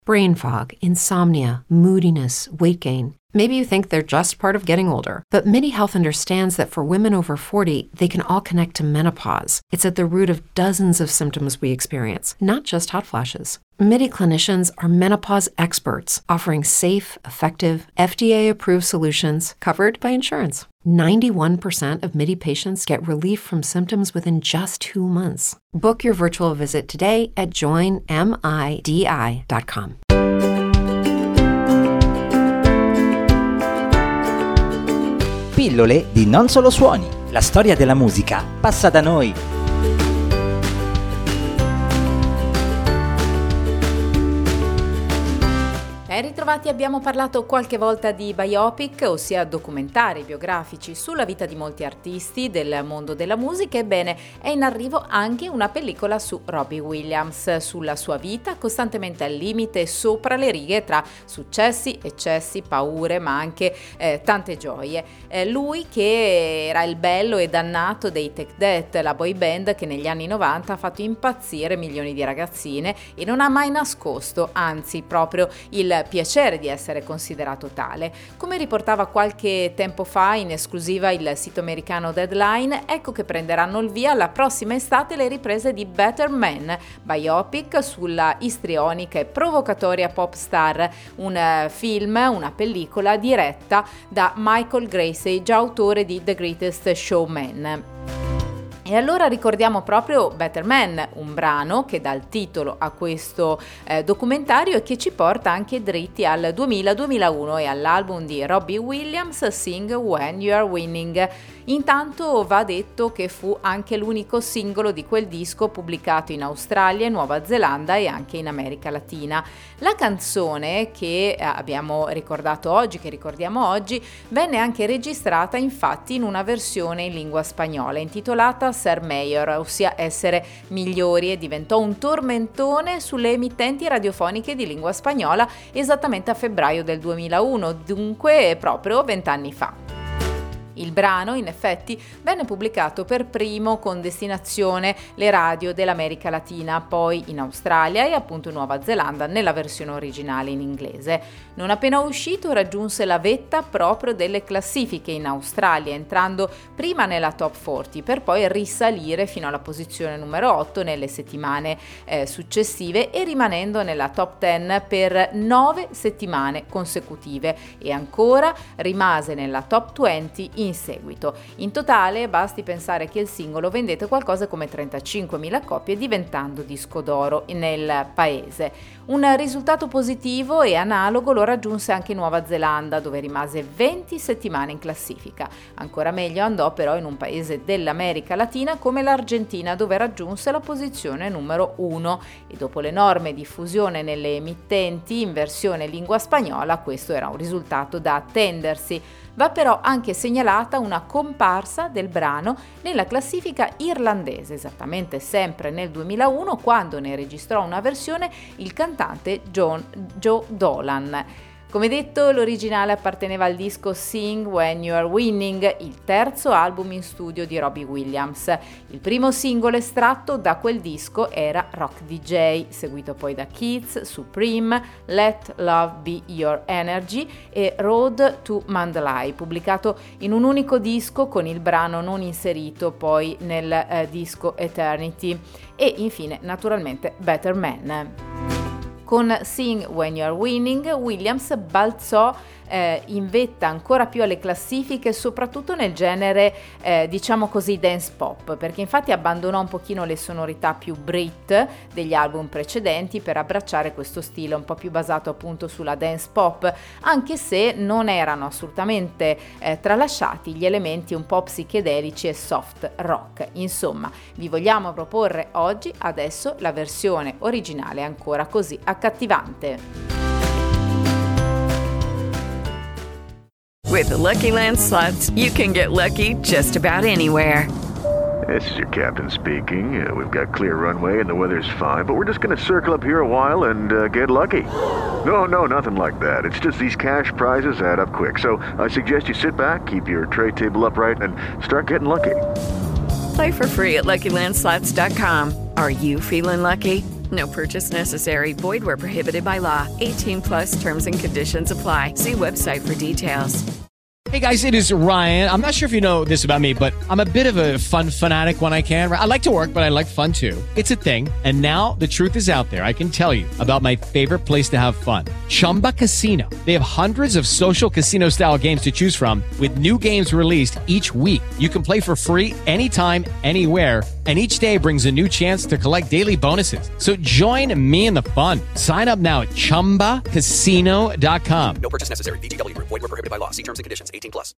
Brain fog, insomnia, moodiness, weight gain. Maybe you think they're just part of getting older, but MIDI Health understands that for women over 40, they can all connect to menopause. It's at the root of dozens of symptoms we experience, not just hot flashes. MIDI clinicians are menopause experts, offering safe, effective, FDA-approved solutions covered by insurance. 91% of MIDI patients get relief from symptoms within just 2 months. Book your virtual visit today at joinmidi.com. Pillole di Non Solo Suoni. La storia della musica passa da noi. Ben ritrovati, abbiamo parlato qualche volta di biopic, ossia documentari biografici sulla vita di molti artisti del mondo della musica. Ebbene, è in arrivo anche una pellicola su Robbie Williams, sulla sua vita costantemente al limite e sopra le righe tra successi, eccessi, paure, ma anche tante gioie. Lui che era il bello e dannato dei Take That, la boy band che negli anni 90 ha fatto impazzire milioni di ragazzine e non ha mai nascosto, anzi proprio il piacere di essere considerato tale. Come riportava qualche tempo fa in esclusiva il sito americano Deadline, ecco che prenderanno il via la prossima estate le riprese di Better Man, biopic sulla istrionica e provocatoria pop star, un film, una pellicola diretta da Michael Gracey, già autore di The Greatest Showman. E allora ricordiamo proprio Better Man, un brano che dà il titolo a questo documentario e che ci porta anche dritti al 2000-2001 e all'album di Robbie Williams, Sing When You Are Winning. Intanto va detto che fu anche l'unico singolo di quel disco pubblicato in Australia, Nuova Zelanda e anche in America Latina. La canzone che abbiamo ricordato oggi, che ricordiamo oggi, venne anche registrata infatti in una versione in lingua spagnola intitolata Ser Mayor, ossia essere migliori, e diventò un tormentone sulle emittenti radiofoniche di lingua spagnola esattamente a febbraio del 2001, dunque proprio 20 anni fa. Il brano, in effetti, venne pubblicato per primo con destinazione le radio dell'America Latina, poi in Australia e appunto in Nuova Zelanda nella versione originale in inglese. Non appena uscito raggiunse la vetta proprio delle classifiche in Australia, entrando prima nella top 40 per poi risalire fino alla posizione numero 8 nelle settimane successive e rimanendo nella top 10 per 9 settimane consecutive e ancora rimase nella top 20 in seguito. In totale basti pensare che il singolo vendette qualcosa come 35.000 copie, diventando disco d'oro nel paese. Un risultato positivo e analogo lo raggiunse anche in Nuova Zelanda, dove rimase 20 settimane in classifica. Ancora meglio andò però in un paese dell'America Latina come l'Argentina, dove raggiunse la posizione numero 1 e dopo l'enorme diffusione nelle emittenti in versione lingua spagnola questo era un risultato da attendersi. Va però anche segnalata una comparsa del brano nella classifica irlandese, esattamente sempre nel 2001, quando ne registrò una versione il cantante Joe Dolan. Come detto, l'originale apparteneva al disco Sing When You Are Winning, il terzo album in studio di Robbie Williams. Il primo singolo estratto da quel disco era Rock DJ, seguito poi da Kids, Supreme, Let Love Be Your Energy e Road to Mandalay, pubblicato in un unico disco con il brano non inserito poi nel disco Eternity. E infine, naturalmente, Better Man. Con Sing When You're Winning, Williams balzò in vetta ancora più alle classifiche, soprattutto nel genere diciamo così dance pop, perché infatti abbandonò un pochino le sonorità più Brit degli album precedenti per abbracciare questo stile un po' più basato appunto sulla dance pop, anche se non erano assolutamente tralasciati gli elementi un po' psichedelici e soft rock. Insomma, vi vogliamo proporre oggi adesso la versione originale ancora così accattivante. With the Lucky Land Slots, you can get lucky just about anywhere. This is your captain speaking. We've got clear runway and the weather's fine, but we're just going to circle up here a while and get lucky. No, nothing like that. It's just these cash prizes add up quick. So I suggest you sit back, keep your tray table upright, and start getting lucky. Play for free at LuckyLandSlots.com. Are you feeling lucky? No purchase necessary. Void where prohibited by law. 18 plus terms and conditions apply. See website for details. Hey guys, it is Ryan. I'm not sure if you know this about me, but I'm a bit of a fun fanatic when I can. I like to work, but I like fun too. It's a thing. And now the truth is out there. I can tell you about my favorite place to have fun. Chumba Casino. They have hundreds of social casino style games to choose from with new games released each week. You can play for free anytime, anywhere. And each day brings a new chance to collect daily bonuses. So join me in the fun. Sign up now at ChumbaCasino.com. No purchase necessary. VGW Group. Void where prohibited by law. See terms and conditions. 18 plus.